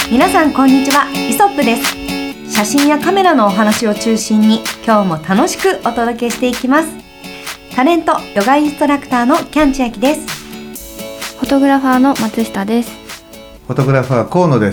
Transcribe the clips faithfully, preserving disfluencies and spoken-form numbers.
皆さんこんにちは、イソップです。写真やカメラのお話を中心に今日も楽しくお届けしていきます。タレント、ヨガインストラクターのキャンチアキです。 フォトグラファーの松下です。 フォトグラファー河野です。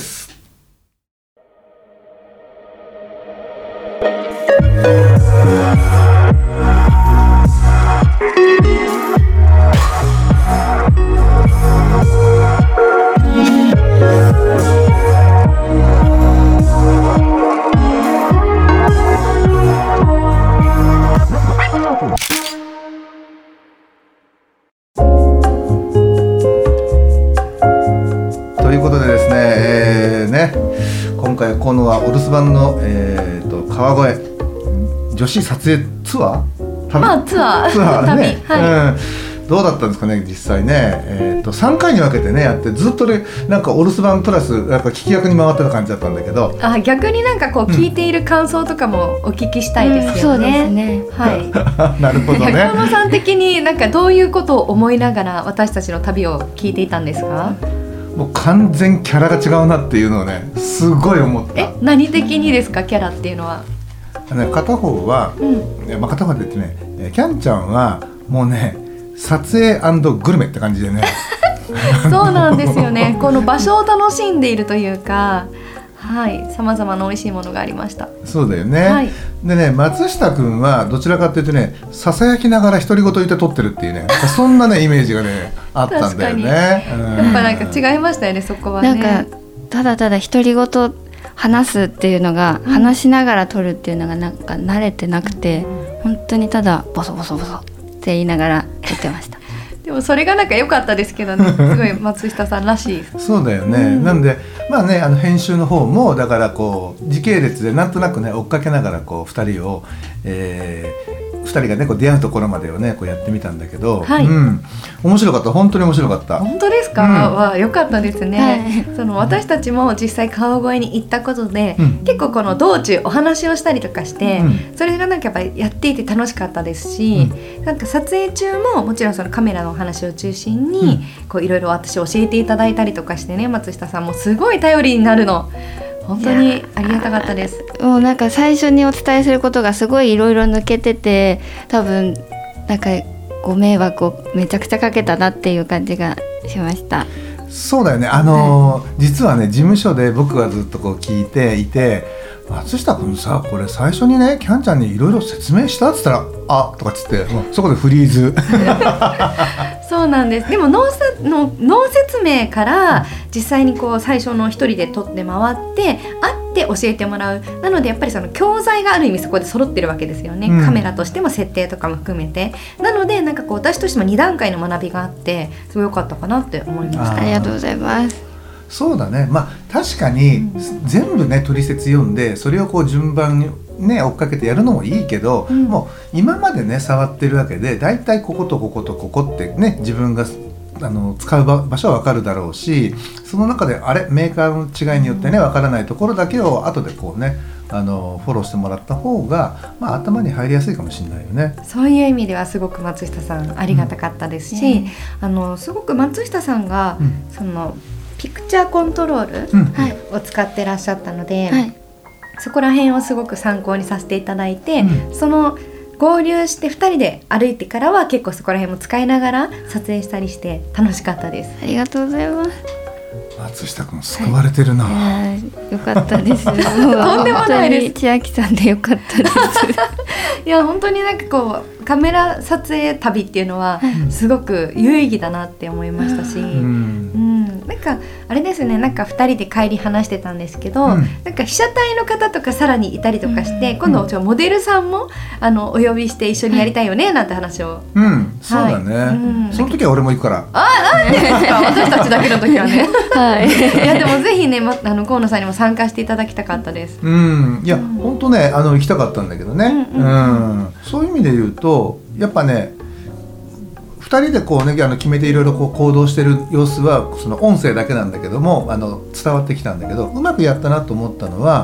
ということでですね、えー、ね今回河野はお留守番の、えー、と川越女子撮影ツアー旅、 まあツアーツアーね、 旅、はい、 うん、どうだったんですかね実際ね、えー、とさんかいに分けてねやってずっとねなんかお留守番プラスなんか聞き役に回ってた感じだったんだけど、 あ、逆になんかこう聞いている感想とかもお聞きしたいですよね、うん、そうですね、はいなるほどね。 河野さん的になんかどういうことを思いながら私たちの旅を聞いていたんですか？ もう完全キャラが違うなっていうのをねすごい思った。 え、何的にですかキャラっていうのは？ ね、片方は、うんまあ、片方で言ってねキャンちゃんはもうね撮影&グルメって感じでねそうなんですよねこの場所を楽しんでいるというか、はい、さまざまな美味しいものがありました。 そうだよね、はい、でね松下くんはどちらかというとねささやきながら独り言言って撮ってるっていうねそんなねイメージがねあったんだよね、うん、 やっぱなんか違いましたよねそこはね。 なんかただただ独り言話すっていうのが、うん、話しながら撮るっていうのがなんか慣れてなくて、うん、本当にただボソボソボソって言いながら撮ってましたでもそれがなんか良かったですけどねすごい松下さんらしいそうだよね、うん、なんでまあねあの編集の方もだからこう時系列でなんとなくね追っかけながらこうふたりを、えーふたりがねこう出会うところまでをねこうやってみたんだけど、はい、うん、面白かった。本当に面白かった。 本当ですか？うん、は良かったですね、はい、その私たちも実際川越に行ったことで、うん、結構この道中お話をしたりとかして、うん、それがなんかやっぱりやっていて楽しかったですし、うん、なんか撮影中ももちろんそのカメラのお話を中心にいろいろ私教えていただいたりとかしてね、松下さんもすごい頼りになるの本当にありがたかったです。 もうなんか最初にお伝えすることがすごいいろいろ抜けてて多分なんかご迷惑をめちゃくちゃかけたなっていう感じがしました。 そうだよね、あのーはい、実はね事務所で僕がずっとこう聞いていて松下君さこれ最初にねキャンちゃんにいろいろ説明したって言ったらあとかっつってもうそこでフリーズそうなんです。でも脳さの脳説明から実際にこう最初の一人で撮って回って会って教えてもらう。なのでやっぱりその教材がある意味そこで揃ってるわけですよね、うん、カメラとしても設定とかも含めて。なのでなんかこう私としてもに段階の学びがあってすごい良かったかなって思いました。 あ, ありがとうございます。 そうだね、まあ確かに全部ね取説読んでそれをこう順番にね追っかけてやるのもいいけど、うん、もう今までね触ってるわけでだいたいこことこことここってね自分があの使う 場, 場所は分かるだろうし、その中であれメーカーの違いによってね分からないところだけを後でこうねあのフォローしてもらった方が、まあ、頭に入りやすいかもしれないよね。 そういう意味ではすごく松下さんありがたかったですし、うん、あのすごく松下さんが、うん、そのピクチャーコントロール、うん、を使ってらっしゃったので、はい、そこら辺をすごく参考にさせていただいて、うん、その合流してふたりで歩いてからは結構そこら辺も使いながら撮影したりして楽しかったです。 ありがとうございます。 松下君救われてるな、 はい、よかったですとんでもないです。 千秋さんでよかったですいや本当になんかこうカメラ撮影旅っていうのはすごく有意義だなって思いましたし、うんうん、なんかあれですね、なんかふたりで帰り話してたんですけど、うん、なんか被写体の方とかさらにいたりとかして、うん、今度ちょモデルさんもあのお呼びして一緒にやりたいよねなんて話を、 うん、そうだね、はい、うん、その時は俺も行くから。 あ、なんでですか私たちだけの時はねはい、いやでもぜひね、ま、あの河野さんにも参加していただきたかったです。 うん、いや、うん、本当ねあの行きたかったんだけどね、うんうんうん、そういう意味で言うとやっぱねふたりでこうねあの決めていろいろこう行動してる様子はその音声だけなんだけどもあの伝わってきたんだけどうまくやったなと思ったのは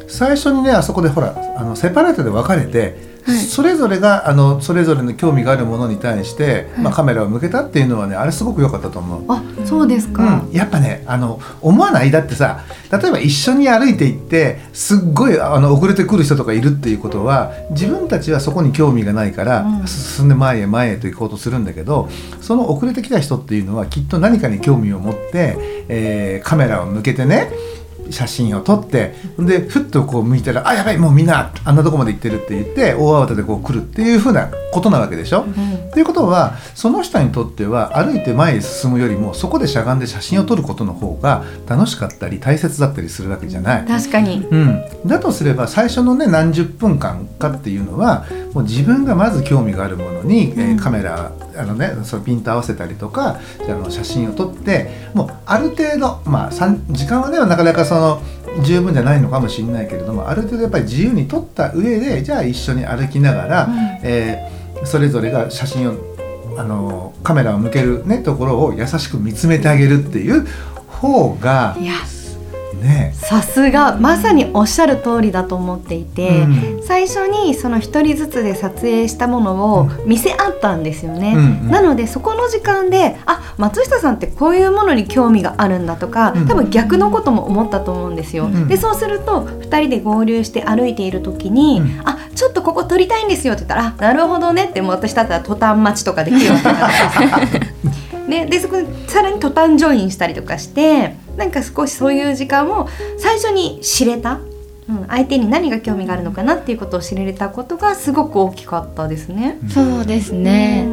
最初にねあそこでほらあのセパレートで分かれて、 はい、 それぞれがあのそれぞれの興味があるものに対して、はい、まあ、カメラを向けたっていうのはねあれすごく良かったと思う。 あ、そうですか、 うん、やっぱねあの思わない？だってさ、例えば一緒に歩いていってすっごいあの遅れてくる人とかいるっていうことは自分たちはそこに興味がないから、うん、進んで前へ前へと行こうとするんだけど、その遅れてきた人っていうのはきっと何かに興味を持って、えー、カメラを向けてね写真を撮ってでふっとこう向いたら、あ、やばいもうみんなあんなとこまで行ってるって言って大慌てでこう来るっていう風なことなわけでしょ、うん、ということはその人にとっては歩いて前へ進むよりもそこでしゃがんで写真を撮ることの方が楽しかったり大切だったりするわけじゃない。 確かに、 うん、だとすれば最初のね何十分間かっていうのはもう自分がまず興味があるものに、うん、えー、カメラあのね、そのピント合わせたりとかあの写真を撮ってもうある程度、まあ、時間はねなかなかその十分じゃないのかもしれないけれども、ある程度やっぱり自由に撮った上でじゃあ一緒に歩きながら、うん、えー、それぞれが写真をあのカメラを向ける、ね、ところを優しく見つめてあげるっていう方が、いやね、 さすがまさにおっしゃる通りだと思っていて、うん、最初にその一人ずつで撮影したものを見せ合ったんですよね、うんうん、なのでそこの時間で、あ、松下さんってこういうものに興味があるんだとか、うん、多分逆のことも思ったと思うんですよ、うん、でそうするとふたりで合流して歩いている時に、うん、あ、ちょっとここ撮りたいんですよって言ったら、あ、なるほどねって、もう私だったら途端待ちとかできるわけなんですよね、でそこでさらに途端ジョインしたりとかしてなんか少しそういう時間を最初に知れた、うん、相手に何が興味があるのかなっていうことを知れたことがすごく大きかったですね。 そうですね、うん、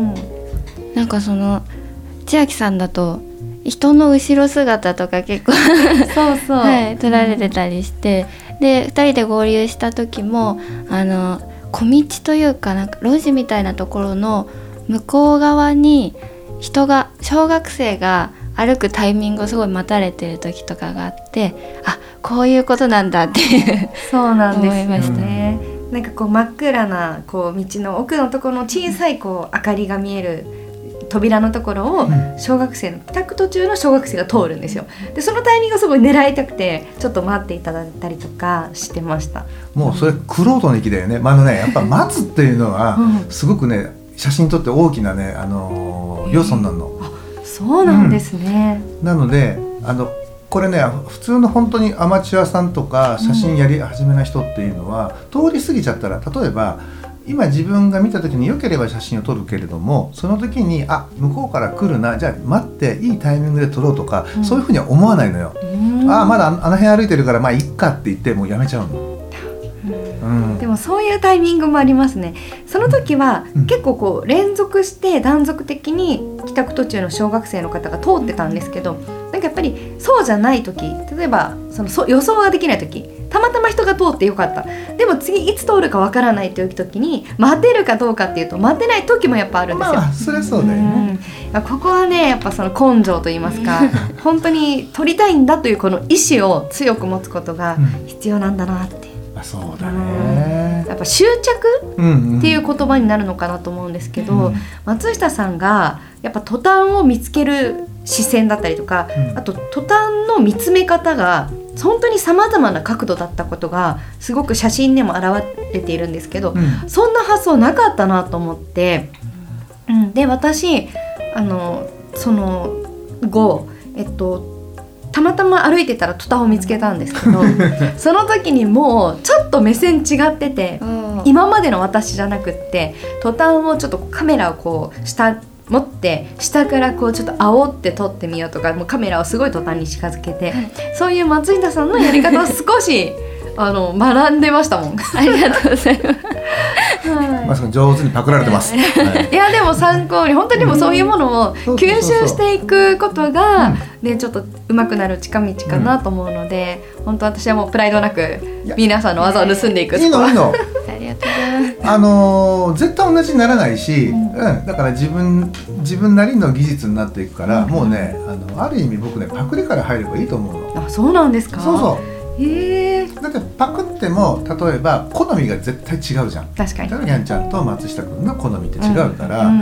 なんかその千秋さんだと人の後ろ姿とか結構そうそう、 はい、撮られてたりして、うん、でふたりで合流した時もあの小道というか、なんか路地みたいなところの向こう側に人が小学生が歩くタイミングをすごい待たれてる時とかがあって、あ、こういうことなんだっていうそうなんですよね、 思いましたね。なんかこう真っ暗なこう道の奥のところの小さいこう明かりが見える扉のところを小学生の帰宅途中の小学生が通るんですよ。でそのタイミングをすごい狙いたくてちょっと待っていただいたりとかしてました。 もうそれ玄人の域だよね、まああのね、やっぱ待つっていうのはすごくね写真にとって大きなね、あのー、要素になるの。 あ、そうなんですね、 うん、なのであのこれね普通の本当にアマチュアさんとか写真やり始めな人っていうのは、うん、通り過ぎちゃったら、例えば今自分が見た時に良ければ写真を撮るけれども、その時にあ向こうから来るな、じゃあ待っていいタイミングで撮ろうとか、うん、そういうふうには思わないのよ、うん、あまだあの辺歩いてるからまあいっかって言ってもうやめちゃうの。 うん、でもそういうタイミングもありますね。その時は、うん、結構こう連続して断続的に帰宅途中の小学生の方が通ってたんですけど、なんかやっぱりそうじゃない時、例えばそのそ予想ができない時、たまたま人が通ってよかった、でも次いつ通るかわからないという時に待てるかどうかっていうと待てない時もやっぱあるんですよ。 まあそりゃそうだよね、 うん、ここはねやっぱその根性といいますか本当に撮りたいんだというこの意志を強く持つことが必要なんだなって、 うん、そうだね、 やっぱ執着っていう言葉になるのかなと思うんですけど、うん、松下さんがやっぱ途端を見つける視線だったりとか、うん、あと途端の見つめ方が本当に様々な角度だったことがすごく写真でも表れているんですけど、うん、そんな発想なかったなと思って、うん、で私あのその後、えっとたまたま歩いてたら途端を見つけたんですけどその時にもうちょっと目線違ってて、今までの私じゃなくって途端をちょっとカメラをこう下持って下からこうちょっと煽って撮ってみようとか、もうカメラをすごい途端に近づけて、そういう松下さんのやり方を少しあの学んでましたもんありがとうございますはい、 まあ、上手にパクられてます、はい、 いやでも参考に本当にもそういうものを吸収していくことが、ね、ちょっと上手くなる近道かなと思うので、うん、本当私はもうプライドなく皆さんの技を盗んでいく。 いいのいいのありがとうございます。 あのー、絶対同じにならないし、うんうん、だから自分自分なりの技術になっていくから、うん、もうね あのある意味僕ねパクリから入ればいいと思うの。 あ、そうなんですか。 そうそう、 へー、 だってパクっても例えば好みが絶対違うじゃん。 確かに。 だからにゃんちゃんと松下君の好みって違うから、うんうん、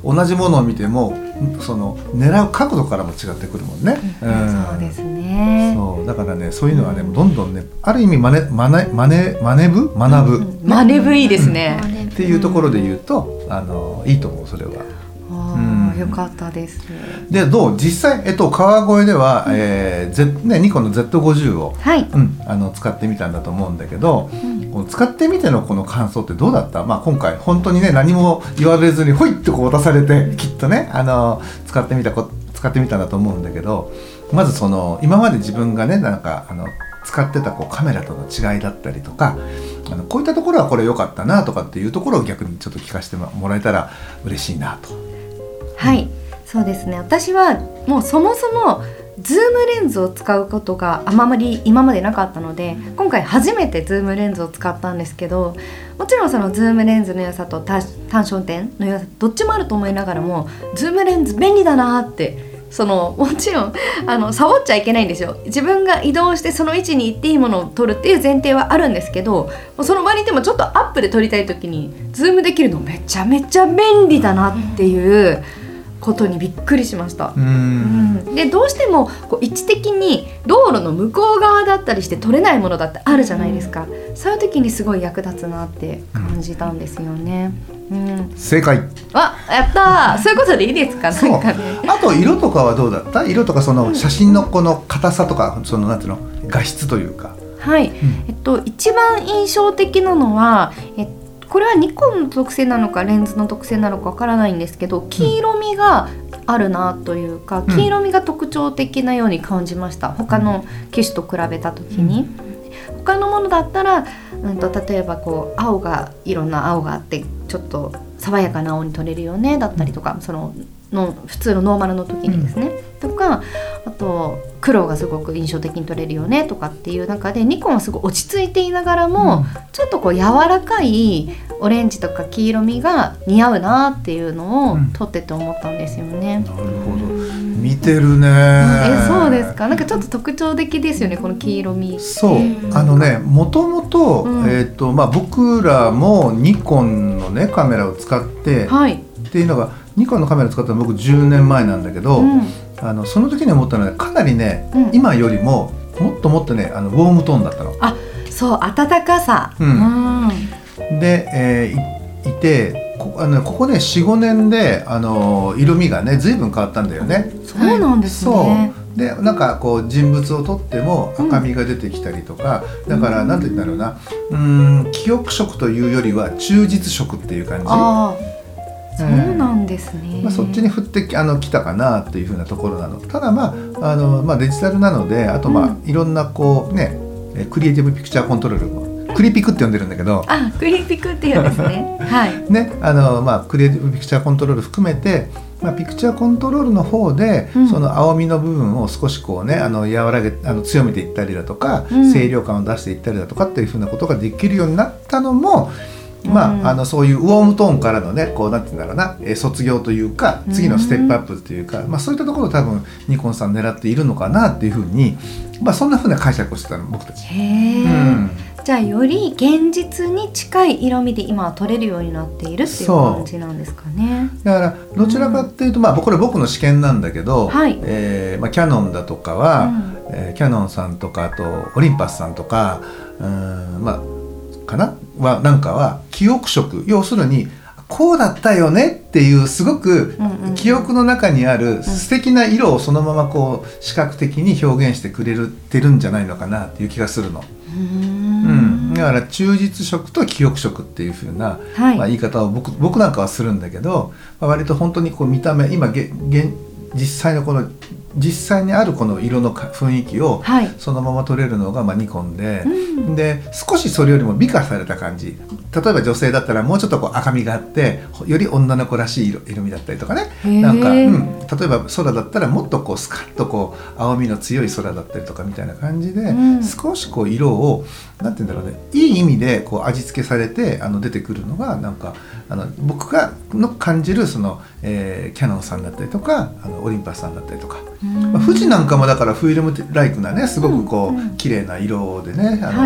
同じものを見てもその狙う角度からも違ってくるもんね、 うんうん、そうですね。 そうだからねそういうのはね、うん、どんどんねある意味真似真似真似真似ぶ学ぶ、うん、 真似ぶいいですね、 うん、っていうところで言うとあのいいと思うそれは。 あうん、よかったです。 でどう実際、えっと、川越では、うんえー Z ね、ニコンの ゼットごじゅう を、はいうん、あの使ってみたんだと思うんだけど、うん、この使ってみてのこの感想ってどうだった？まあ、今回本当にね何も言われずにほいってこう渡されてきっとねあの使ってみたこ使ってみたんだと思うんだけど、まずその今まで自分がねなんかあの使ってたこうカメラとの違いだったりとかあのこういったところはこれ良かったなとかっていうところを逆にちょっと聞かせてもらえたら嬉しいなと。 はい、そうですね。私はもうそもそもズームレンズを使うことがあまり今までなかったので今回初めてズームレンズを使ったんですけど、もちろんそのズームレンズの良さと単焦点の良さどっちもあると思いながらもズームレンズ便利だなってそのもちろんあのサボっちゃいけないんですよ。自分が移動してその位置に行っていいものを撮るっていう前提はあるんですけど、その場にいてもちょっとアップで撮りたい時にズームできるのめちゃめちゃ便利だなっていうことにびっくりしました。うんうん、でどうしてもこう位置的に道路の向こう側だったりして撮れないものだってあるじゃないですか。そういう時にすごい役立つなって感じたんですよね。うん、 正解。 あ、やったー。そういうことでいいですか？なんかね。 あと色とかはどうだった？色とかその写真のこの硬さとかそのなんていうの画質というか。 はい。うん、えっと一番印象的なのはえっとこれはニコンの特性なのかレンズの特性なのかわからないんですけど黄色みがあるなというか、うん、黄色みが特徴的なように感じました。他の機種と比べた時に、うん、他のものだったら、うんと、例えばこう青がいろんな青があってちょっと爽やかな青に撮れるよねだったりとか、そのの普通のノーマルの時にですね、うん、とかあと黒がすごく印象的に撮れるよねとかっていう中でニコンはすごい落ち着いていながらも、うん、ちょっとこう柔らかいオレンジとか黄色みが似合うなっていうのを撮ってて思ったんですよね。 うん、なるほど、見てるね。 え、そうですか。なんかちょっと特徴的ですよねこの黄色み。 そうあのねもともと僕らもニコンのねカメラを使って、はい、っていうのがニコンのカメラを使ったのは僕じゅうねんまえなんだけど、うん、あのその時に思ったのはかなりね、うん、今よりももっともっとねあのウォームトーンだったの。 あ、そう温かさ、うんうん、で、えー、い, いて こ, あのここね よん,ご 年であの色味がね随分変わったんだよね。 そうなんですね。 そうでなんかこう人物を撮っても赤みが出てきたりとか、うん、だからなんて言うんだろうな、うーん記憶色というよりは忠実色っていう感じ。 あそうなんですね。 まあ、そっちに振ってあの来たかなっていう風なところなの。ただまああの、まあ、デジタルなのであとまあ、うん、いろんなこうねクリエイティブピクチャーコントロールもクリピクって呼んでるんだけど、 あクリピクっていうんですね。はいねあのまあクリエイティブピクチャーコントロール含めて、まあ、ピクチャーコントロールの方で、うん、その青みの部分を少しこうねあの和らげあの強めていったりだとか、うん、清涼感を出していったりだとかっていう風なことができるようになったのも。まあ、うん、あのそういうウォームトーンからのねこうなんていうんだろうな、えー、卒業というか次のステップアップというか、うんまあ、そういったところを多分ニコンさん狙っているのかなっていうふうに、まあ、そんなふうな解釈をしてたの僕たち。 へー、うん、じゃあより現実に近い色味で今は撮れるようになっているっていう感じなんですかね。 だからどちらかっていうと、うんまあ、これ僕の試験なんだけど、はいえーまあ、キヤノンだとかは、うんえー、キヤノンさんとかあとオリンパスさんとかうんまあかなはなんかは記憶色要するにこうだったよねっていうすごく記憶の中にある素敵な色をそのままこう視覚的に表現してくれてるんじゃないのかなっていう気がするの。うーん、うん、だから忠実色と記憶色っていう風な、はいまあ、言い方を 僕, 僕なんかはするんだけど、まあ、割と本当にこう見た目今げげ実際のこの実際にあるこの色の雰囲気をそのまま撮れるのがまあニコンで、うん、で少しそれよりも美化された感じ。例えば女性だったらもうちょっとこう赤みがあってより女の子らしい 色, 色味だったりとかねなんか、うん、例えば空だったらもっとこうスカッとこう青みの強い空だったりとかみたいな感じで、うん、少しこう色をなんて言うんだろうねいい意味でこう味付けされてあの出てくるのがなんかあの僕がの感じるその、えー、キヤノンさんだったりとかあのオリンパスさんだったりとか、まあ、富士なんかもだからフィルムライクなねすごくこう、うん、綺麗な色でねあの、はい、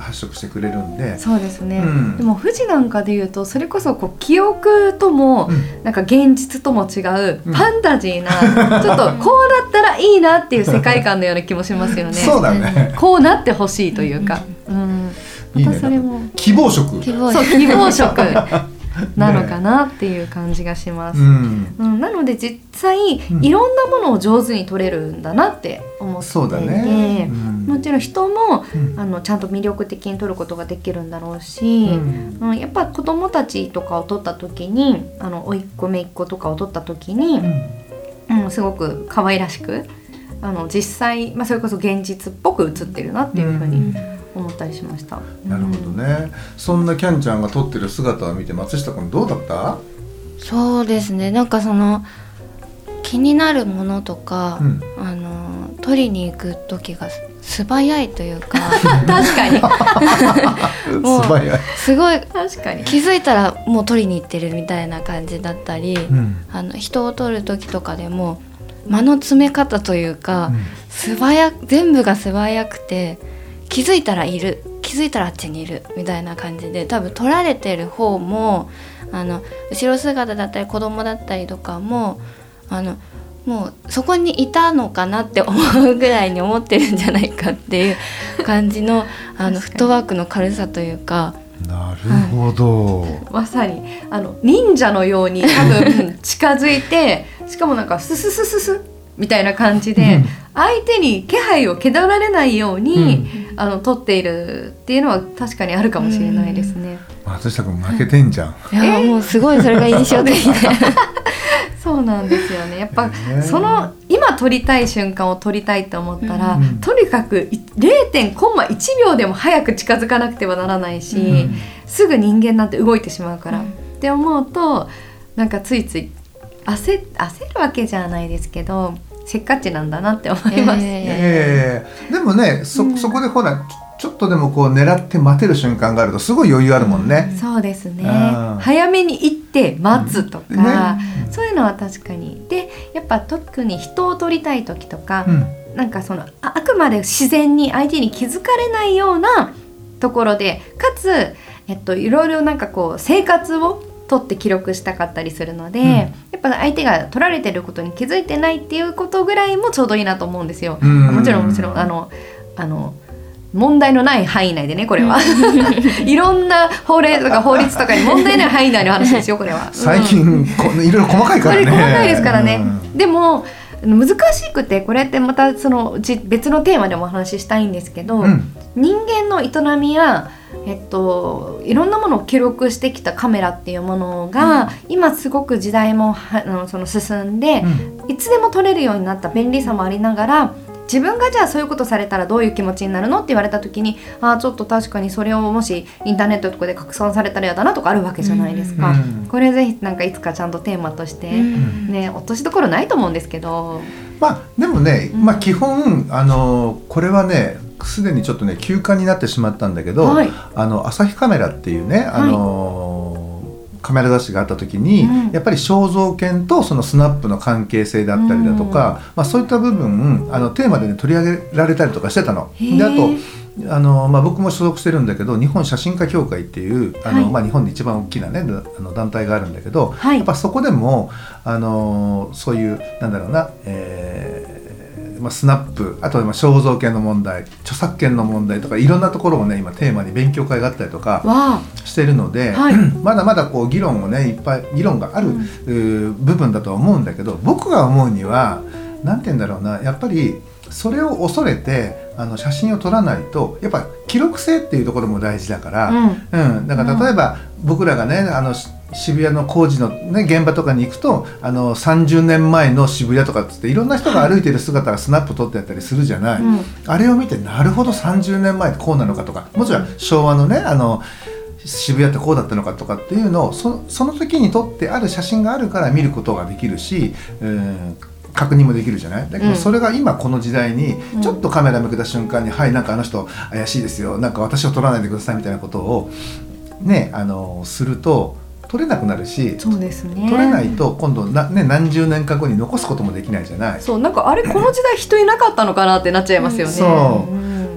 発色してくれるんで。 そうですね、 うん、 でも富士なんかでいうとそれこそこう記憶とも、うん、なんか現実とも違うファンタジーな、うん、ちょっとこうなったらいいなっていう世界観のような気もしますよね。 そうだね、 こうなってほしいというか、うん、またそれもいいね、希望色、 希望そう希望色なのかなっていう感じがします、うんうん、なので実際、うん、いろんなものを上手に撮れるんだなって思っていて、 そうだね、うん、 もちろん人も、うん、あのちゃんと魅力的に撮ることができるんだろうし、うんうん、やっぱ子どもたちとかを撮った時にあの甥っ子姪っ子とかを撮った時に、うんうん、すごく可愛らしくあの実際、まあ、それこそ現実っぽく映ってるなっていうふうに、うん思ったりしました。 なるほどね、うん、そんなキャンちゃんが撮ってる姿を見て松下君どうだった？ そうですね、なんかその気になるものとか、うん、あの撮りに行く時が素早いというか確かにもう素早いすごい確かに気づいたらもう撮りに行ってるみたいな感じだったり、うん、あの人を撮る時とかでも間の詰め方というか、うん、素早全部が素早くて気づいたらいる気づいたらあっちにいるみたいな感じで、多分撮られてる方もあの後ろ姿だったり子供だったりとかもあのもうそこにいたのかなって思うぐらいに思ってるんじゃないかっていう感じのあのフットワークの軽さというか。 なるほど、 はい、まさにあの忍者のように多分近づいてしかもなんかスススススみたいな感じで、うん、相手に気配を気取られないように、うん、あの撮っているっていうのは確かにあるかもしれないですね。 松下君負けてんじゃん。 いやもうすごいそれが印象的でそうなんですよね。やっぱ、えー、その今撮りたい瞬間を撮りたいと思ったら、うん、とにかく ゼロてんコンマいちびょうでも早く近づかなくてはならないし、うん、すぐ人間なんて動いてしまうから、うん、って思うとなんかついつい焦, 焦るわけじゃないですけどせっかちなんだなって思います、 えーえー、でもね そ, そこでほらちょっとでもこう狙って待てる瞬間があるとすごい余裕あるもんね、 うん、そうですね、早めに行って待つとか、うんね、そういうのは確かにでやっぱ特に人を撮りたい時とか、うん、なんかその あ, あくまで自然に相手に気づかれないようなところでかつ、えっと、いろいろなんかこう生活を撮って記録したかったりするので、うん、やっぱ相手が撮られてることに気づいてないっていうことぐらいもちょうどいいなと思うんですよ。もちろんもちろんあのあの問題のない範囲内でねこれは、うん、いろんな法令とか法律とかに問題ない範囲内の話ですよこれは、うん、 最近こいろいろ細かいからね細かいですからね、うん、でも難しくてこれってまたその別のテーマでもお話ししたいんですけど、うん、人間の営みやえっと、いろんなものを記録してきたカメラっていうものが、うん、今すごく時代もはその進んで、うん、いつでも撮れるようになった便利さもありながら自分がじゃあそういうことされたらどういう気持ちになるのって言われた時にあちょっと確かにそれをもしインターネットとかで拡散されたら嫌だなとかあるわけじゃないですか、うん、これぜひなんかいつかちゃんとテーマとして、うんね、落としどころないと思うんですけど、 まあ、でもね、まあ、基本あのこれはねすでにちょっとね休刊になってしまったんだけど、はい、あの朝日カメラっていうね、あのー、カメラ雑誌があった時に、うん、やっぱり肖像権とそのスナップの関係性だったりだとか、うんまあ、そういった部分あのテーマで、ね、取り上げられたりとかしてたの。であとあの、まあ、僕も所属してるんだけど日本写真家協会っていうあの、はいまあ、日本で一番大きな、ね、あの団体があるんだけど、はい、やっぱそこでもあのそういうなんだろうな、えーまあ、スナップあとは肖像権の問題著作権の問題とかいろんなところをね今テーマに勉強会があったりとかしてるので、はい、まだまだこう議論をねいっぱい議論がある、うん、部分だとは思うんだけど僕が思うにはなんて言うんだろうなやっぱりそれを恐れてあの写真を撮らないとやっぱ記録性っていうところも大事だから、うんうん、だから例えば、うん、僕らがねあの渋谷の工事の、ね、現場とかに行くとあのさんじゅうねんまえの渋谷とかっつっていろんな人が歩いてる姿がスナップ撮ってやったりするじゃない、うん、あれを見てなるほどさんじゅうねんまえってこうなのかとかもちろん昭和のねあの渋谷ってこうだったのかとかっていうのを そ, その時に撮ってある写真があるから見ることができるし、うん確認もできるじゃないだけどそれが今この時代にちょっとカメラ向けた瞬間に、うん、はいなんかあの人怪しいですよなんか私を撮らないでくださいみたいなことをねあのすると撮れなくなるしそうですね撮れないと今度な、ね、何十年か後に残すこともできないじゃないそうなんかあれこの時代人いなかったのかなってなっちゃいますよね、 うん、そう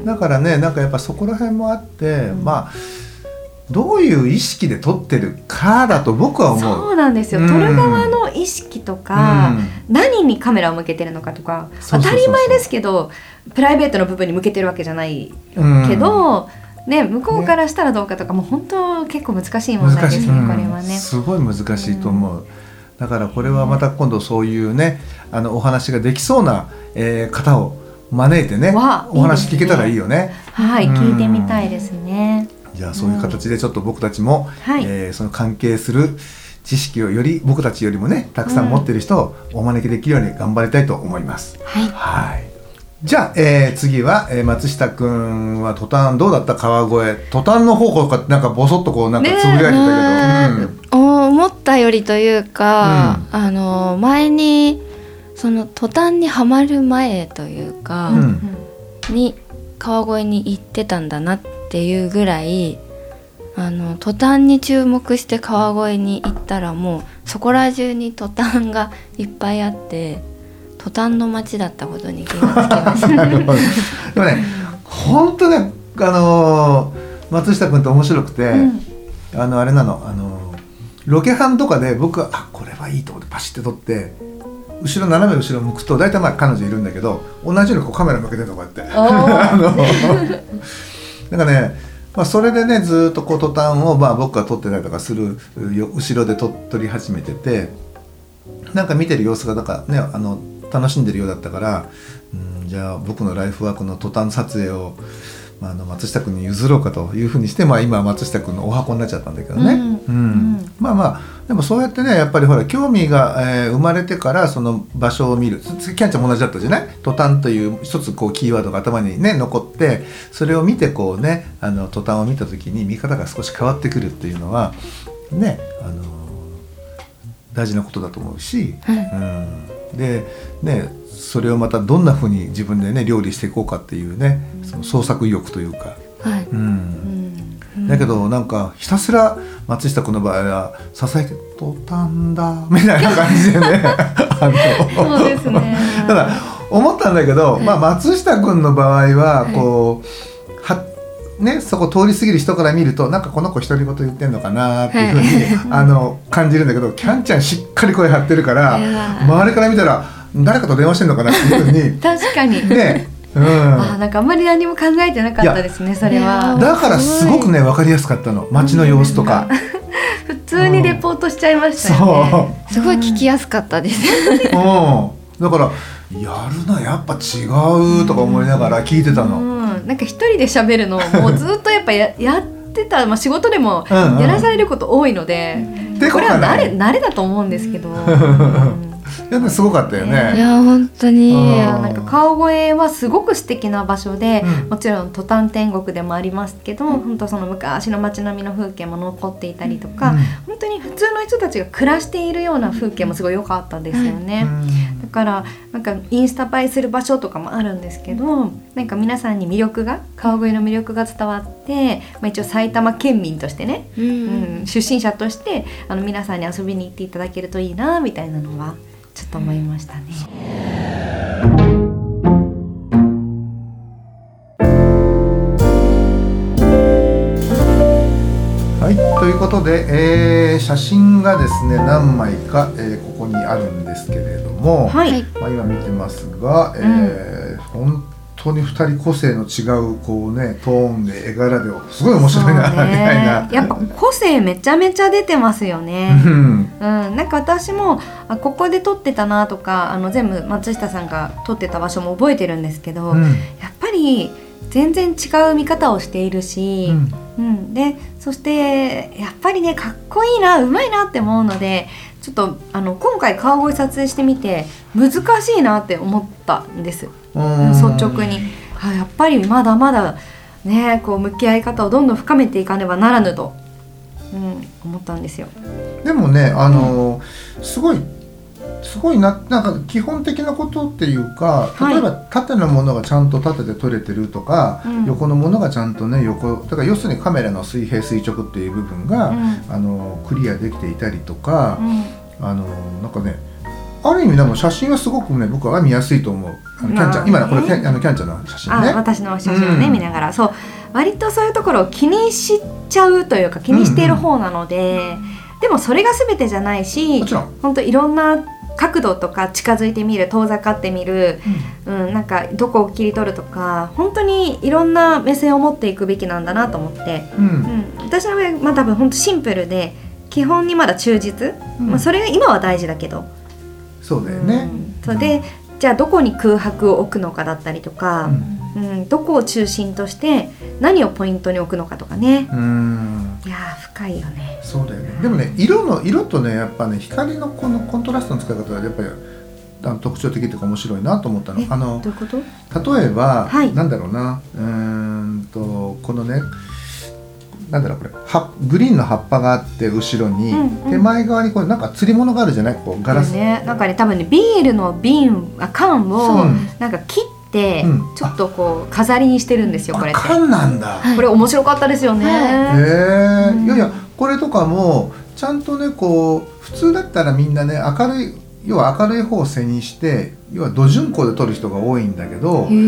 だからねなんかやっぱそこら辺もあって、うん、まあどういう意識で撮ってるかだと僕は思う。 そうなんですよ、うん、撮る側の意識とか、うん、何にカメラを向けてるのかとか、当たり前ですけどプライベートの部分に向けてるわけじゃないけど、うんね、向こうからしたらどうかとか、ね、もう本当結構難しい問題ですね、これはね、 すごい難しいと思う、うん、だからこれはまた今度そういうねあのお話ができそうな、えー、方を招いてねお話聞けたらいいよね。 はい、うん、聞いてみたいですね。 じゃあそういう形でちょっと僕たちも、うん、えー、その関係する知識をより僕たちよりもねたくさん持っている人をお招きできるように頑張りたいと思います、 はい、 はい。じゃあ、えー、次は、えー、松下くんはトタンどうだった？川越トタンの方向かなんかボソッとこうなんかつぶやいてたけど、ねうん、思ったよりというか、うん、あの前にそのトタンにはまる前というか、うん、に川越に行ってたんだなっていうぐらいあのトタンに注目して川越に行ったらもうそこら中にトタンがいっぱいあってトタンの街だったことに気がつきました。でもね本当ねあのー、松下君って面白くて、うん、あのあれなの、あのー、ロケハンとかで僕はあこれはいいと思ってパシッて撮って後ろ斜め後ろ向くと大体まあ彼女いるんだけど同じようにこうカメラ向けてるのこうやってあのなんかね、まあ、それでねずっとこうトタンをまあ僕が撮ってたりとかする後ろで撮撮り始めててなんか見てる様子がなんかねあの楽しんでるようだったから、うん、じゃあ僕のライフワークのトタン撮影を、まあ、あの松下君に譲ろうかというふうにして、まあ、今は松下君のお箱になっちゃったんだけどね、うんうんうん、まあまあでもそうやってねやっぱりほら興味が、えー、生まれてからその場所を見るキャンちゃんも同じだったじゃない。トタンという一つこうキーワードが頭にね残ってそれを見てこうねあのトタンを見た時に見方が少し変わってくるっていうのはねあの大事なことだと思うし、うんうん、でねそれをまたどんな風に自分でね料理していこうかっていうねその創作意欲というか、 はいうんうん、だけどなんかひたすら松下君の場合は支えてトタンだみたいな感じでねあのそうですねただ思ったんだけど、はいまあ、松下君の場合はこう、はいはね、そこ通り過ぎる人から見るとなんかこの子独り言言ってんのかなっていうふうに、はい、あの感じるんだけどキャンちゃんしっかり声張ってるから周りから見たら誰かと電話してんのかなっていうふうに確かにね、うん、 あなんかあんまり何も考えてなかったですねそれは。 だからすごくね分かりやすかったの街の様子とか普通にレポートしちゃいましたよね、 うん、すごい聞きやすかったです、 うん、だからやるなやっぱ違うとか思いながら聞いてたの、 うんうん、なんか一人で喋るのをもうずっとやっぱ や, やってた、まあ、仕事でもやらされること多いので、うんうん、これは慣れ、慣れだと思うんですけど、うんいやすごかったよね。 いや本当にいやなんか川越はすごく素敵な場所で、うん、もちろんトタン天国でもありますけど、うん、本当その昔の街並みの風景も残っていたりとか、うん、本当に普通の人たちが暮らしているような風景もすごい良かったですよね、うん、だからなんかインスタ映えする場所とかもあるんですけどなんか皆さんに魅力が川越の魅力が伝わって、まあ、一応埼玉県民としてね、うんうん、出身者としてあの皆さんに遊びに行っていただけるといいなみたいなのはちょっと思いましたね。 はい、ということで、えー、写真がですね何枚か、えー、ここにあるんですけれども、 はいまあ、今見てますが、えーうん、本当にふたり個性の違うこう、ね、トーンで絵柄ですごい面白いなみたいな。 やっぱ個性めちゃめちゃ出てますよね、うん、なんか私もあここで撮ってたなとかあの全部松下さんが撮ってた場所も覚えてるんですけど、うん、やっぱり全然違う見方をしているし、うんうん、でそしてやっぱりねかっこいいなうまいなって思うのでちょっとあの今回川越撮影してみて難しいなって思ったんです率直に。あやっぱりまだまだねこう向き合い方をどんどん深めていかねばならぬと、うん、思ったんですよ。 でもねあの、うん、すごいすごいな、なんか基本的なことっていうか例えば縦のものがちゃんと縦で撮れてるとか、はい、横のものがちゃんとね横だから要するにカメラの水平垂直っていう部分が、うん、あのクリアできていたりとか、うん、あのなんかねある意味でも写真はすごくね僕は見やすいと思う。あのキャンちゃん今のこれキャンあのキャンちゃんの写真ね。 あ私の写真をね、うん、見ながらそう割とそういうところを気にしちゃうというか気にしている方なので、うんうん、でもそれが全てじゃないし本当いろんな角度とか近づいてみる遠ざかってみる、うんうん、なんかどこを切り取るとか本当にいろんな目線を持っていくべきなんだなと思って、うんうん、私の場合まあ多分本当シンプルで基本にまだ忠実、うんまあ、それが今は大事だけどそうだよね、 うん、それでじゃあどこに空白を置くのかだったりとか、うんうん、どこを中心として何をポイントに置くのかとかね。うんいや深いよね。 そうだよね。でもね色の色とねやっぱね光のこのコントラストの使い方はやっぱりあの特徴的というか面白いなと思ったの。あのどういうこと？ 例えば、 はい、 なんだろうなうーんとこのねなんだろうこれはグリーンの葉っぱがあって後ろに、うんうん、手前側にこれなんか釣り物があるじゃないこうガラス、 ね、なんかね多分ねビールの瓶あ缶をなんか切ってちょっとこう飾りにしてるんですよ、うん、これって缶なんだ。 これ面白かったですよね。へ、 はい、えー、いやいやこれとかもちゃんとねこう普通だったらみんなね明るい要は明るい方を背にして要は度順光で撮る人が多いんだけど、うん、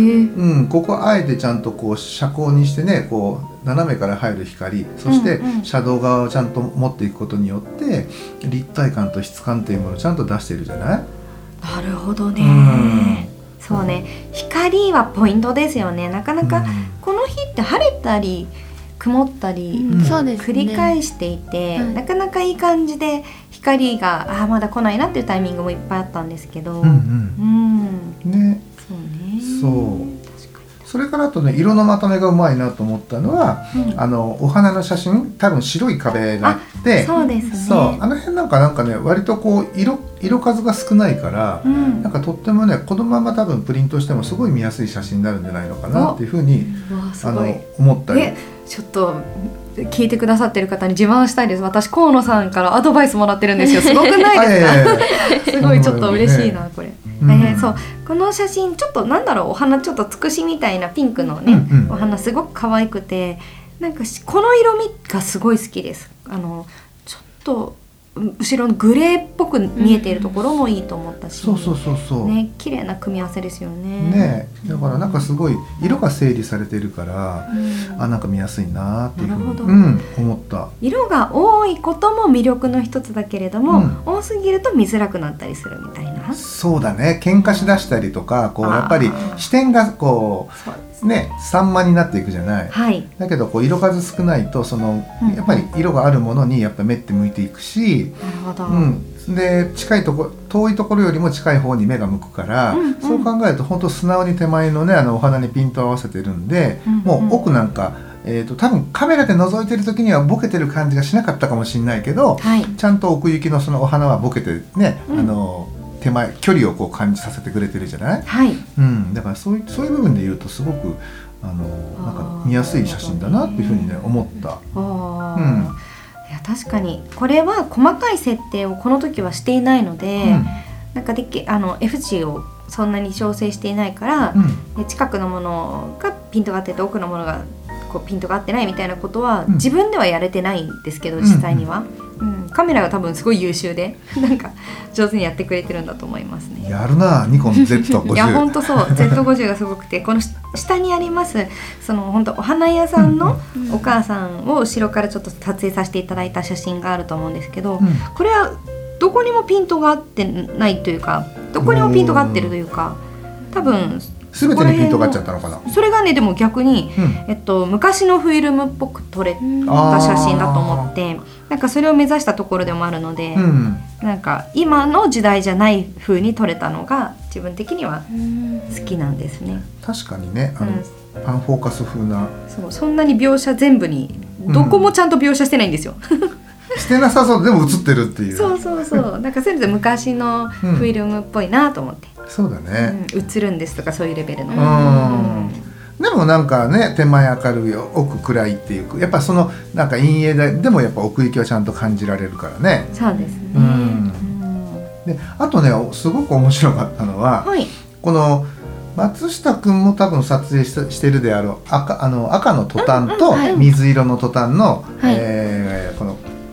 ここあえてちゃんとこう遮光にしてねこう斜めから入る光そしてシャドウ側をちゃんと持っていくことによって立体感と質感というものをちゃんと出しているじゃない。 なるほどね、うん、そうね光はポイントですよね。なかなかこの日って晴れたり曇ったり、うん、繰り返していて、うん、なかなかいい感じで光があまだ来ないなっていうタイミングもいっぱいあったんですけど、うんうんうん、ねそうねそうそれからあとね色のまとめがうまいなと思ったのは、うん、あのお花の写真多分白い壁があってそうですねそうあの辺なんかなんかね割とこう 色, 色数が少ないから、うん、なんかとってもねこのまま多分プリントしてもすごい見やすい写真になるんじゃないのかなっていうふうにあの思ったり。 ちょっと聞いてくださってる方に自慢したいです。私河野さんからアドバイスもらってるんですよ。すごくないですか？すごいちょっと嬉しいなこれ、うんえー、そうこの写真ちょっとなんだろうお花ちょっとつくしみたいなピンクのね、うんうん、お花すごく可愛くてなんかこの色味がすごい好きです。あのちょっと後ろのグレーっぽく見えているところもいいと思ったし、 うん、そうそうそうそうね綺麗な組み合わせですよね。 ねだからなんかすごい色が整理されてるから、うん、あなんか見やすいなっていうふうに、うん、思った。 色が多いことも魅力の一つだけれども、うん、多すぎると見づらくなったりするみたいな。 そうだね喧嘩しだしたりとかこうやっぱり視点がこうね散漫になっていくじゃない、はい、だけどこう色数少ないとその、うん、やっぱり色があるものにやっぱ目って向いていくし、 なるほど、 うん、で近いとこ遠いところよりも近い方に目が向くから、うんうん、そう考えると本当素直に手前のねあのお花にピント合わせてるんで、うんうん、もう奥なんか、えーと、多分カメラで覗いてる時にはボケてる感じがしなかったかもしれないけど、はい、ちゃんと奥行きのそのお花はボケてね、うん、あの手前距離をこう感じさせてくれてるじゃない、はいうん、だからそういう、そういう部分で言うとすごくあのなんか見やすい写真だなっていうふうにね思った。あ、うん、 いや確かにこれは細かい設定をこの時はしていないので、うん、なんかできあの F 値をそんなに調整していないから、うん、近くのものがピントが合ってて奥のものがこうピントが合ってないみたいなことは、うん、自分ではやれてないんですけど実際には、うんうん、カメラが多分すごい優秀でなんか上手にやってくれてるんだと思いますね。 やるなニコン ゼットごじゅういや本当そう ゼットごじゅう がすごくてこの下にありますその本当お花屋さんのお母さんを後ろからちょっと撮影させていただいた写真があると思うんですけど、うん、これはどこにもピントが合ってないというかどこにもピントが合ってるというか多分全てにピントが合っちゃったのかな。 それがねでも逆に、うんえっと、昔のフィルムっぽく撮れた写真だと思ってなんかそれを目指したところでもあるので、うん、なんか今の時代じゃない風に撮れたのが自分的には好きなんですね。 確かにねあの、うん、パンフォーカス風なそうそんなに描写全部にどこもちゃんと描写してないんですよ、 うん、してなさそうでも写ってるっていうそうそうそうなんかそういうので昔のフィルムっぽいなと思って、 うん、そうだね、 うん、映るんですとかそういうレベルの、 うんでもなんかね手前明るい奥暗いっていうやっぱそのなんか陰影でもやっぱ奥行きはちゃんと感じられるからね。 そうですね、うん、 であとねすごく面白かったのは、はい、この松下くんも多分撮影 し, してるであろう 赤, あの赤のトタンと水色のトタンの、はいえー、この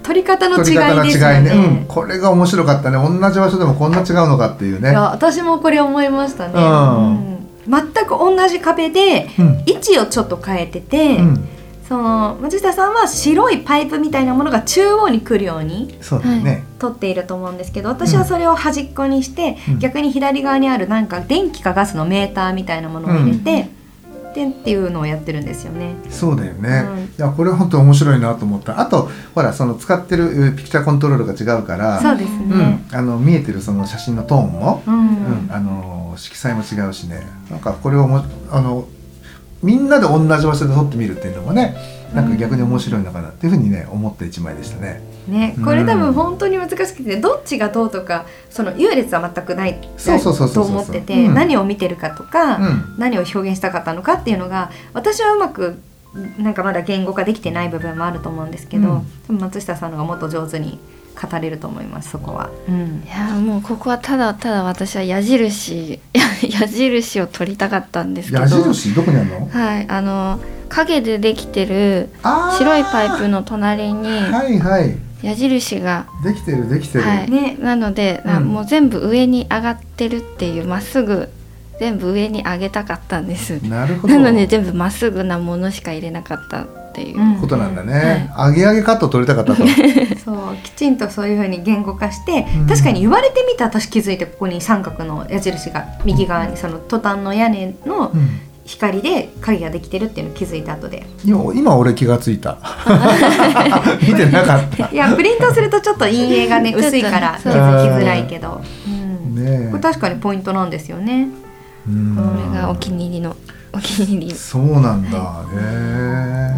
取り方の違いですよね。 取り方の違いね、うん、これが面白かったね。同じ場所でもこんな違うのかっていうね。 いや私もこれ思いましたね、 うんうん、全く同じ壁で位置をちょっと変えてて、うん、その松下さんは白いパイプみたいなものが中央に来るようにそうだね、 取っていると思うんですけど、私はそれを端っこにして、うん、逆に左側にあるなんか電気かガスのメーターみたいなものを入れて、うん、でっていうのをやってるんですよね。 そうだよね、 うん、 いやこれ本当面白いなと思った。あとほらその使ってるピクチャーコントロールが違うからそうですね、 うん、あの見えてるその写真のトーンも、うんうん、あの色彩も違うしね。なんかこれをもあのみんなで同じ場所で撮ってみるっていうのもね、なんか逆に面白いのかなっていうふうにね思った一枚でしたね。 ね、これ多分本当に難しくて、どっちがどうとかその優劣は全くないと思ってて、何を見てるかとか、うん、何を表現したかったのかっていうのが私はうまくなんかまだ言語化できてない部分もあると思うんですけど、うん、松下さんのがもっと上手に語れると思います、そこは、うん、 いやもうここはただただ私は矢印矢印を取りたかったんですけど。 矢印どこにあるの？ はい、あの影でできてる白いパイプの隣に矢印ができてるできてる、 はいね、なので、うん、もう全部上に上がってるっていう、まっすぐ全部上に上げたかったんです。 なるほど。 なので全部まっすぐなものしか入れなかったっていう、うん、 ことなんだね、はい、上げ上げカット取りたかったとそうきちんとそういう風に言語化して、うん、確かに言われてみた私気づいて、ここに三角の矢印が右側にそのトタンの屋根の光で影ができてるっていうのを気づいた後で、 今, 今俺気がついた見てなかったいやプリントするとちょっと陰影がね薄いから気づきづらいけど、うんね、これ確かにポイントなんですよね。 うん、これがお気に入りのお気に入り。 そうなんだ、 はい、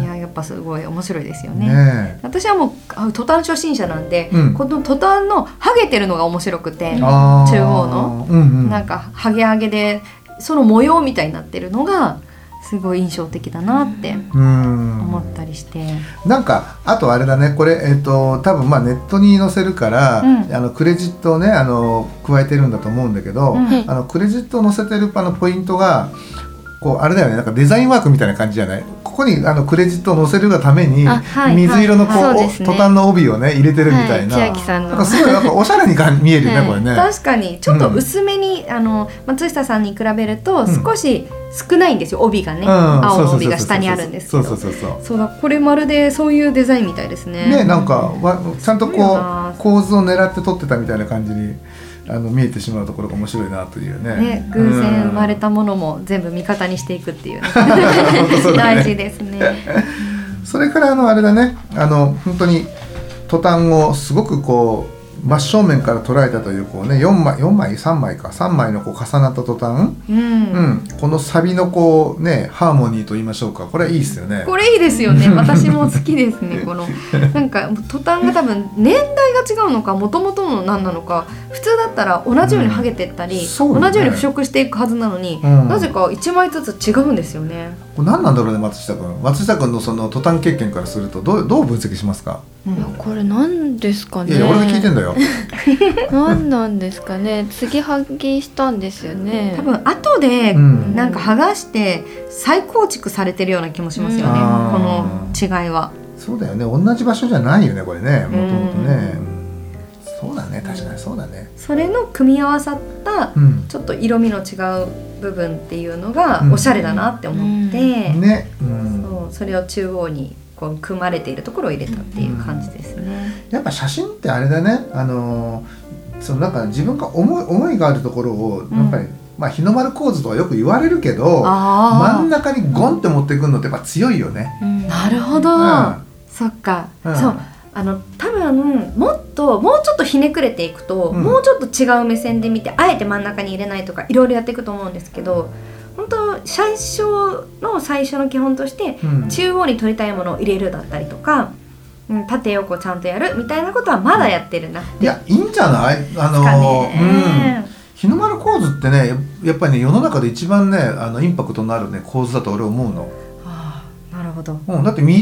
ね、 いややっぱすごい面白いですよ ね, ね私はもうトタン初心者なんで、うん、このトタンのハゲてるのが面白くて、中央の、うんうん、なんかハゲハゲでその模様みたいになってるのがすごい印象的だなって思ったりして、 うん、なんかあとあれだね、これ、えーと、多分まあネットに載せるから、うん、あのクレジットをねあの加えてるんだと思うんだけど、うん、あのクレジットを載せてるあのポイントがこうあれだよね、なんかデザインワークみたいな感じじゃない？ここにあのクレジットを載せるがために、はい、水色のこう、はいはいね、トタンの帯をね入れてるみたいな、はい、千秋さんのなんかすごいなんかおしゃれに見えるね、はい、これね。 確かにちょっと薄めに、うん、あの松下さんに比べると少し少ないんですよ、帯がね、うん、青の帯が下にあるんですけど、そうそうそうそうそうだ、これまるでそういうデザインみたいですね。 ね、なんかちゃんとこう構図を狙って撮ってたみたいな感じにあの見えてしまうところが面白いなというね。 ね、偶然生まれたものも全部味方にしていくっていうね大事ですねそれからあのあれだね、あの本当にトタンをすごくこう真正面から捉えたというこうねよんまいよんまいさんまいかさんまいのこう重なったトタン、うんうん、このサビのこうねハーモニーと言いましょうか、これいいですよね。 これいいですよね私も好きですねこのなんかトタンが多分年代が違うのか元々の何なのか、普通だったら同じように剥げてったり、うんね、同じように腐食していくはずなのに、うん、なぜかいちまいずつ違うんですよね。 これ何なんだろうね、松下君松下君のそのトタン経験からするとどう、どう分析しますか？ いやこれ何ですかね。 いや俺が聞いてんだよ何なんですかね。次剥ぎしたんですよね。 多分後でなんか剥がして再構築されてるような気もしますよね、うん、この違いは。 そうだよね、同じ場所じゃないよねこれね、もともとね、うん、そうだね、確かにそうだね。 それの組み合わさったちょっと色味の違う部分っていうのがおしゃれだなって思って、うんねうん、そうそれを中央にこう組まれているところを入れたっていう感じですね、 うん、やっぱ写真ってあれだね、あのそのなんか自分が思い、思いがあるところをやっぱり、うんまあ、日の丸構図とはよく言われるけど真ん中にゴンって持ってくるのってやっぱ強いよね、 うん、なるほど、うん、そっか、うん、そうあの多分もっともうちょっとひねくれていくと、うん、もうちょっと違う目線で見てあえて真ん中に入れないとかいろいろやっていくと思うんですけど、本当最初の最初の基本として、うん、中央に取りたいものを入れるだったりとか、うん、縦横ちゃんとやるみたいなことはまだやってるなって、 いやいいんじゃない、あのーうん、日の丸構図ってねやっぱりね世の中で一番ねあのインパクトのあるね構図だと俺思うの。 ああなるほど、 うん、だって見て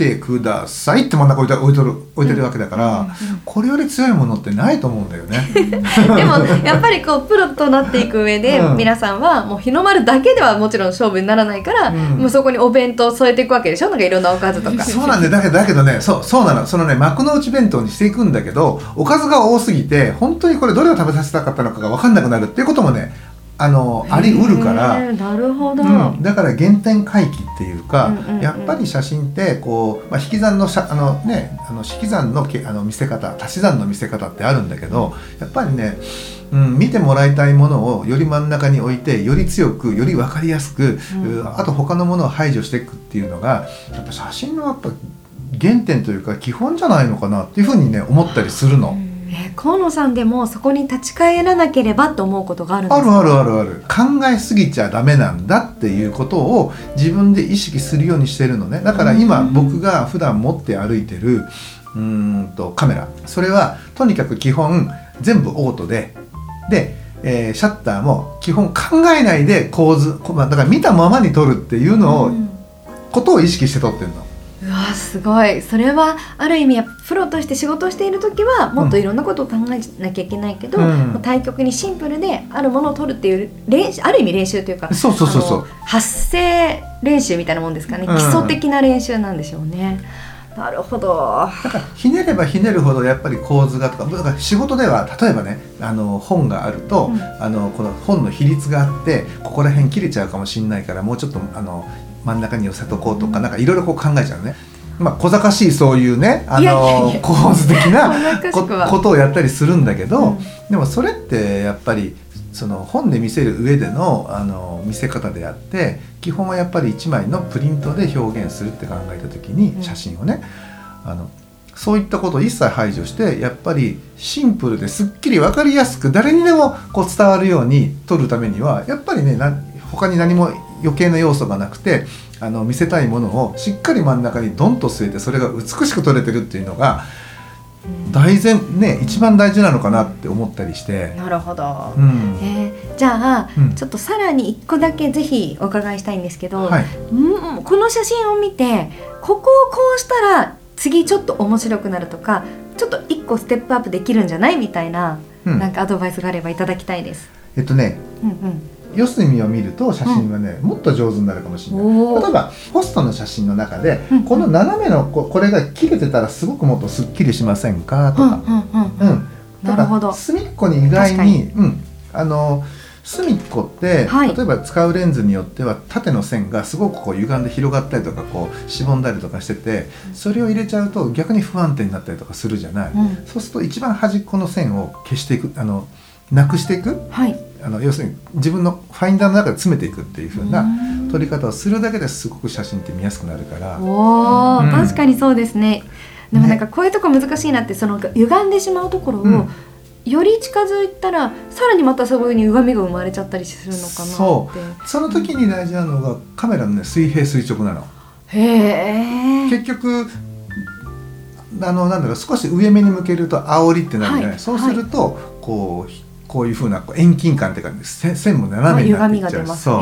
てくださいって真ん中置いて置いとる置いてるわけだから、うんうん、これより強いものってないと思うんだよねでもやっぱりこうプロとなっていく上で、うん、皆さんはもう日の丸だけではもちろん勝負にならないから、うん、もうそこにお弁当を添えていくわけでしょ。なんかいろんなおかずとか。 そうなんだよ。だけどだけどね、そうそうなの。そのね幕の内弁当にしていくんだけど、おかずが多すぎて本当にこれどれを食べさせたかったのかが分かんなくなるっていうこともねあのありうるから。 なるほど、 うん、だから原点回帰っていうか、うんうんうん、やっぱり写真ってこう、まあ、引き算のしゃあの、ね、あの引き算のけあの見せ方、足し算の見せ方ってあるんだけど、やっぱりね、うん、見てもらいたいものをより真ん中に置いてより強くより分かりやすく、うん、あと他のものを排除していくっていうのがやっぱ写真のやっぱ原点というか基本じゃないのかなっていうふうにね思ったりするの。 えー、河野さんでもそこに立ち返らなければと思うことがあるんですか？ あるあるあるある。考えすぎちゃダメなんだっていうことを自分で意識するようにしてるのね。だから今僕が普段持って歩いてるうーんとカメラ、それはとにかく基本全部オートでで、えー、シャッターも基本考えないで構図、だから見たままに撮るっていうのを、うん、ことを意識して撮ってるの。 うわすごい。それはある意味プロとして仕事をしている時はもっといろんなことを考えなきゃいけないけど、うん、対極にシンプルであるものを取るっていう練習、ある意味練習というか、 そうそうそうそう、 発声練習みたいなもんですかね、うん、基礎的な練習なんでしょうね。なるほど。 だからひねればひねるほどやっぱり構図がとか、だから仕事では例えばねあの本があると、うん、あのこの本の比率があってここら辺切れちゃうかもしれないからもうちょっとあの真ん中に寄せとこうとか、なんかいろいろこう考えちゃうね。まあ小賢しいそういうねあのいやいやいや構図的な こ, ことをやったりするんだけど、うん、でもそれってやっぱりその本で見せる上で の, あの見せ方であって基本はやっぱりいちまいのプリントで表現するって考えた時に写真をね、うん、あのそういったことを一切排除してやっぱりシンプルですっきり分かりやすく誰にでもこう伝わるように撮るためにはやっぱりねな他に何も余計な要素がなくてあの見せたいものをしっかり真ん中にドンと据えてそれが美しく撮れてるっていうのが大前、ね、一番大事なのかなって思ったりして。 なるほど、うんえー、じゃあ、うん、ちょっとさらにいっこだけぜひお伺いしたいんですけど、はい、うん、この写真を見てここをこうしたら次ちょっと面白くなるとかちょっといっこステップアップできるんじゃないみたいな、うん、なんかアドバイスがあればいただきたいです。 えっとね、うんうん四隅を見ると写真はね、うん、もっと上手になるかもしれない。例えばポストの写真の中で、うん、この斜めの こ, これが切れてたらすごくもっとすっきりしませんかとか、なるほど。隅っこに意外に、うん、あの隅っこって、はい、例えば使うレンズによっては縦の線がすごくこう歪んで広がったりとかこうしぼんだりとかしててそれを入れちゃうと逆に不安定になったりとかするじゃない、うん、そうすると一番端っこの線を消していくあのなくしていく、はい、あの要するに自分のファインダーの中で詰めていくっていう風な撮り方をするだけですごく写真って見やすくなるから。 お、うん、確かにそうですね。でもなんかこういうとこ難しいなってその歪んでしまうところを、うん、より近づいたらさらにまたそういう風に歪みが生まれちゃったりするのかなって。 そうその時に大事なのがカメラの、ね、水平垂直なの。 へー。 結局あのなんだろう少し上目に向けると煽りってなるじゃない、はい、そうすると、はい、こうこういう風な遠近感っていうか線も斜めになっていっちゃう、そう、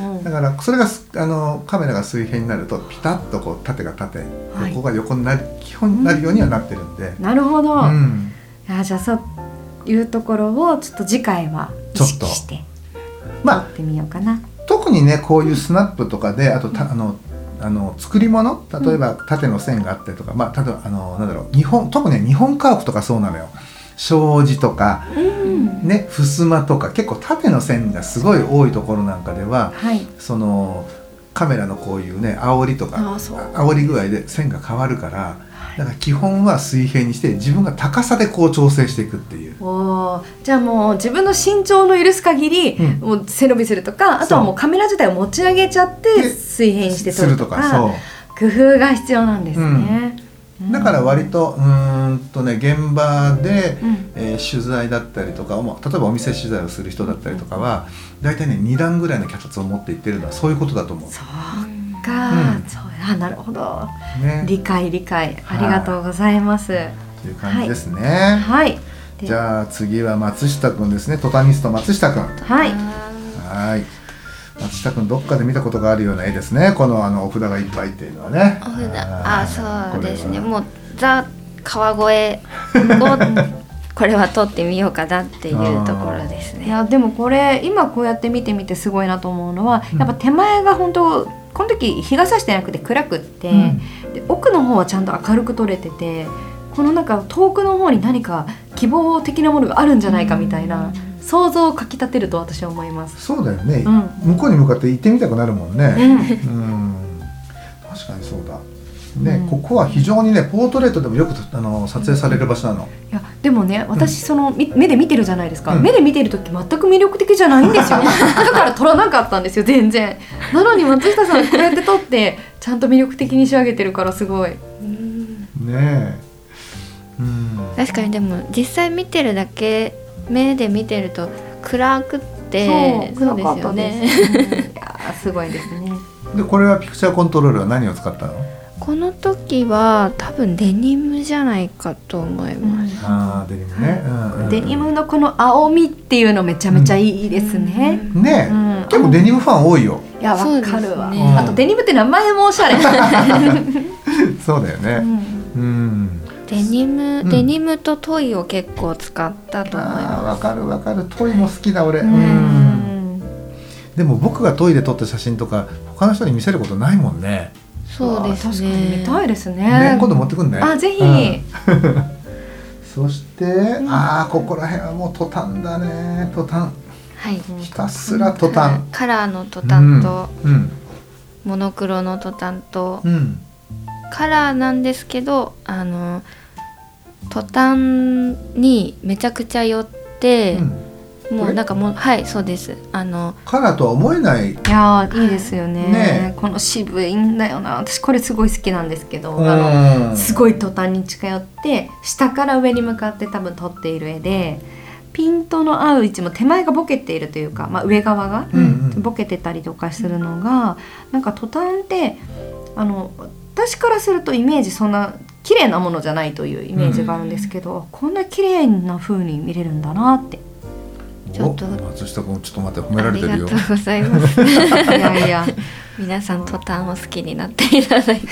うん、だからそれがあのカメラが水平になるとピタッとこう縦が縦、はい、横が横になる基本になるようにはなってるんで、 うん、なるほど、うん、あじゃあそういうところをちょっと次回は意識して撮ってみようかな、まあ、 特にねこういうスナップとかであとた、うん、あのあの作り物例えば縦の線があったりとか、うん、まあ、例えばあのなんだろう日本特に日本家屋とかそうなのよ。障子とか、うんね、襖とか結構縦の線がすごい多いところなんかでは、はい、そのカメラのこういうね煽りとか煽り具合で線が変わるから、だから基本は水平にして自分が高さでこう調整していくっていう。 おじゃあもう自分の身長の許す限り、うん、もう背伸びするとかあとはもうカメラ自体を持ち上げちゃって水平にして撮るとか、そう工夫が必要なんですね、うん、 だから割とうーんとね現場で、うんえー、取材だったりとかも例えばお店取材をする人だったりとかはだいたいねにだんぐらいの脚立を持っていってるのはそういうことだと思う。 そうか、うん、そうあなるほど、ね、理解理解ありがとうございます、はい、 という感じですね。 はい、はい、 じゃあ次は松下くんですね。トタニスト松下くん。 はいはい松下君どっかで見たことがあるような絵ですね。このあのお札がいっぱいっていうのはね。 お札、あ、そうですね。もうザ川越をこれは撮ってみようかなっていうところですね。 いやでもこれ今こうやって見てみてすごいなと思うのは、やっぱ手前が本当この時日が差してなくて暗くって、うん、で奥の方はちゃんと明るく撮れてて、このなんか遠くの方に何か希望的なものがあるんじゃないかみたいな、うん、想像をかきたてると私は思います。 そうだよね、うん、向こうに向かって行ってみたくなるもんね、うんうん、確かにそうだね、うん、ここは非常にねポートレートでもよくあの撮影される場所なの。 いやでもね私その、うん、目で見てるじゃないですか、うん、目で見てる時全く魅力的じゃないんですよだから撮らなかったんですよ全然。なのに松下さんこうやって撮ってちゃんと魅力的に仕上げてるからすごい、うん、 ねえ、 うん、確かに。でも実際見てるだけ目で見てると暗くってそうですよね、うん、いやすごいですね。 でこれはピクチャーコントロールは何を使ったの？ この時は多分デニムじゃないかと思います、 うん、あデニムね、うんうん、 デニムのこの青みっていうのめちゃめちゃいいですね、 うん、ね、うん、結構デニムファン多いよ。 いやわかるわ、ね、あとデニムって名前もおしゃれそうだよね、うんうん、 デニム、うん、デニムとトイを結構使ったと思います。 あわかるわかる、トイも好きだ俺、うん、うん、でも僕がトイで撮った写真とか他の人に見せることないもんね。 そうですね。 確かに見たいですね。 ね、今度持ってくんね。 あ、ぜひ。 うん、そして、うん、ああここら辺はもうトタンだね。トタン。 はい。 ひたすらトタン。 カラーのトタンと、 うんうん、 モノクロのトタンと、 うん、 カラーなんですけど、あのトタンにめちゃくちゃ寄って。うん、もうなんかもうはいそうです。あのカラーとは思えない。 いやいいですよね。 ねこの渋いんだよな。私これすごい好きなんですけど、あのすごいトタンに近寄って下から上に向かって多分撮っている絵で、ピントの合う位置も手前がボケているというか、まあ、上側がボケてたりとかするのが、うんうん、なんかトタンってあの私からするとイメージそんな綺麗なものじゃないというイメージがあるんですけど、うん、こんな綺麗な風に見れるんだなって。 ちょっと松下君ちょっと待って褒められてるよ。 ありがとうございますいやいや皆さんトタンを好きになっていただいて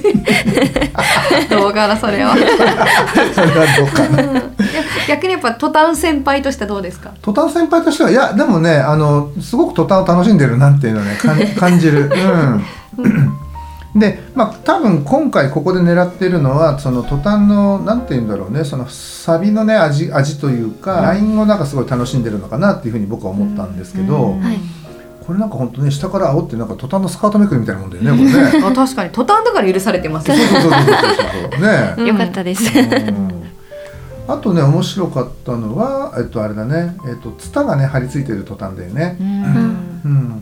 どうかなそれはそれはどうかな逆にやっぱトタン先輩としてどうですか？ トタン先輩としてはいやでもねあのすごくトタンを楽しんでるなっていうのをね感じる、うんでまあ、多分今回ここで狙ってるのはそのトタンのなんていうんだろうねそのサビのね 味, 味というか、うん、ラインをなんかすごい楽しんでるのかなっていうふうに僕は思ったんですけど、うんうんはい、これなんか本当ね下から青ってなんかトタンのスカートめくりみたいなもんだよねこれねあ確かにトタンだから許されてますね。そうそうそうそうそうね、 うん、よかったです、うん、 あとね面白かったのはえっとあれだねえっとツタがね張り付いてるトタンだよね、うんうん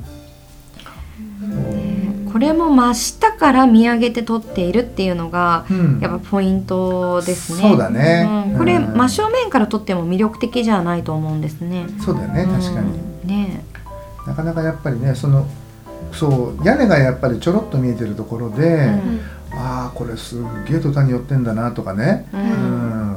これも真下から見上げて撮っているっていうのが、うん、やっぱポイントですね。 そうだね、 うん、これ、うん、真正面から撮っても魅力的じゃないと思うんですね。 そうだよね確かに、 うん、ねなかなかやっぱりねそのそう屋根がやっぱりちょろっと見えてるところで、うん、ああこれすげえトタンに寄ってんだなとかね、うんうん、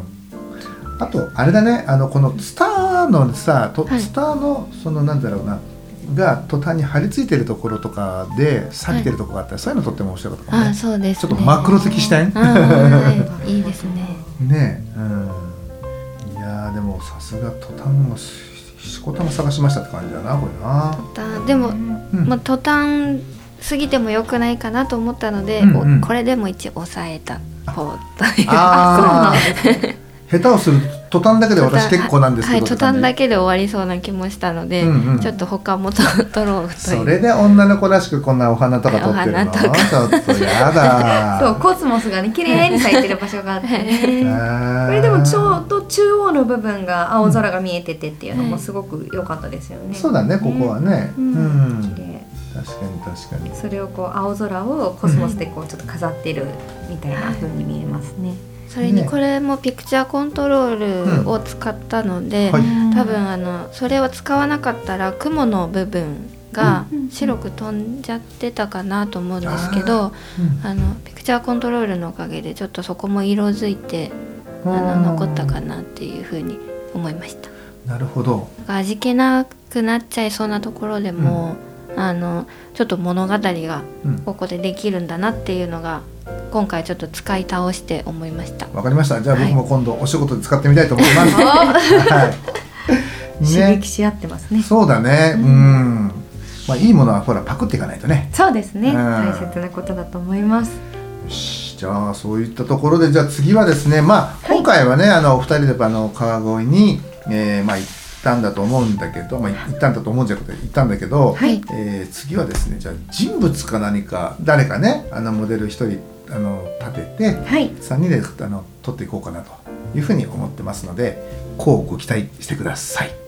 あとあれだねあのこのツターのさと、はい、ツターのそのなんだろうなが途端に張り付いてるところとかで錆びてるところがあったら、はい、そういうのとっても面白かったかもね。 あそうですね、 ちょっとマクロ的視点はい、いいですねねえ、うん、いやでもさすがトタンもしこたま探しましたって感じだなこれな。 トタンでも、うんまあ、トタン過ぎてもよくないかなと思ったので、うんうん、これでも一応抑えた方というあ下手をするトタンだけで私結構なんですけど、 はい、トタンだけで終わりそうな気もしたので、うんうん、ちょっと他も撮ろうという。 それで女の子らしくこんなお花とか撮ってるの、はい、ちょっとやだそうコスモスがね綺麗に咲いてる場所があってねこれでもちょうど中央の部分が青空が見えててっていうのもすごく良かったですよね、うん、 そうだねここはね、うんうん、 綺麗確かに確かにそれをこう青空をコスモスでこうちょっと飾ってるみたいな風に見えますね、 それにこれもピクチャーコントロールを使ったので、うんはい、多分あのそれを使わなかったら雲の部分が白く飛んじゃってたかなと思うんですけど、うん、あのピクチャーコントロールのおかげでちょっとそこも色づいてあの残ったかなっていうふうに思いました。 なるほど。 味気なくなっちゃいそうなところでも、うん、 あのちょっと物語がここでできるんだなっていうのが、うん、今回ちょっと使い倒して思いました。 わかりました。じゃあ僕も今度お仕事で使ってみたいと思います。はい、 ね、刺激し合ってますね。 そうだね。うん、うんまあ、いいものはほらパクっていかないとね。 そうですね、うん、大切なことだと思います。 よし、じゃあそういったところで、じゃあ次はですね、まあ、今回はね、はい、あのお二人であの川越に、えー、まあ行ったんだと思うんだけど、まあ、行ったんだと思うんじゃなくて行ったんだけど、はい、えー、次はですね、じゃあ人物か何か誰かね、あのモデル一人あの立てて、はい、さんにんであの撮っていこうかなというふうに思ってますので、こうご期待してください。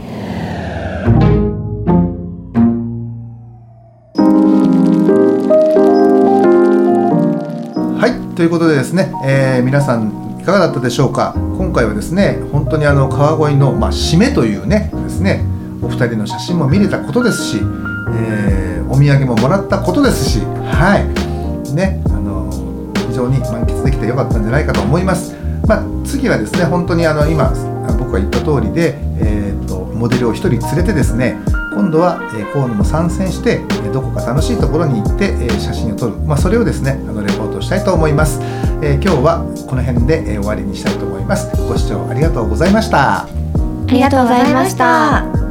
ということでですね、えー、皆さんいかがだったでしょうか。今回はですね、本当にあの川越の、まあ、締めというねですね、お二人の写真も見れたことですし、えー、お土産ももらったことですし、はいね、あの非常に満喫できてよかったんじゃないかと思います。まあ、次はですね、本当にあの今僕が言った通りで、えー、とモデルを一人連れてですね、今度は、えー、河野も参戦して、えー、どこか楽しいところに行って、えー、写真を撮る、まあ、それをですねあのレポートしたいと思います。えー、今日はこの辺で、えー、終わりにしたいと思います。ご視聴ありがとうございました。 ありがとうございました。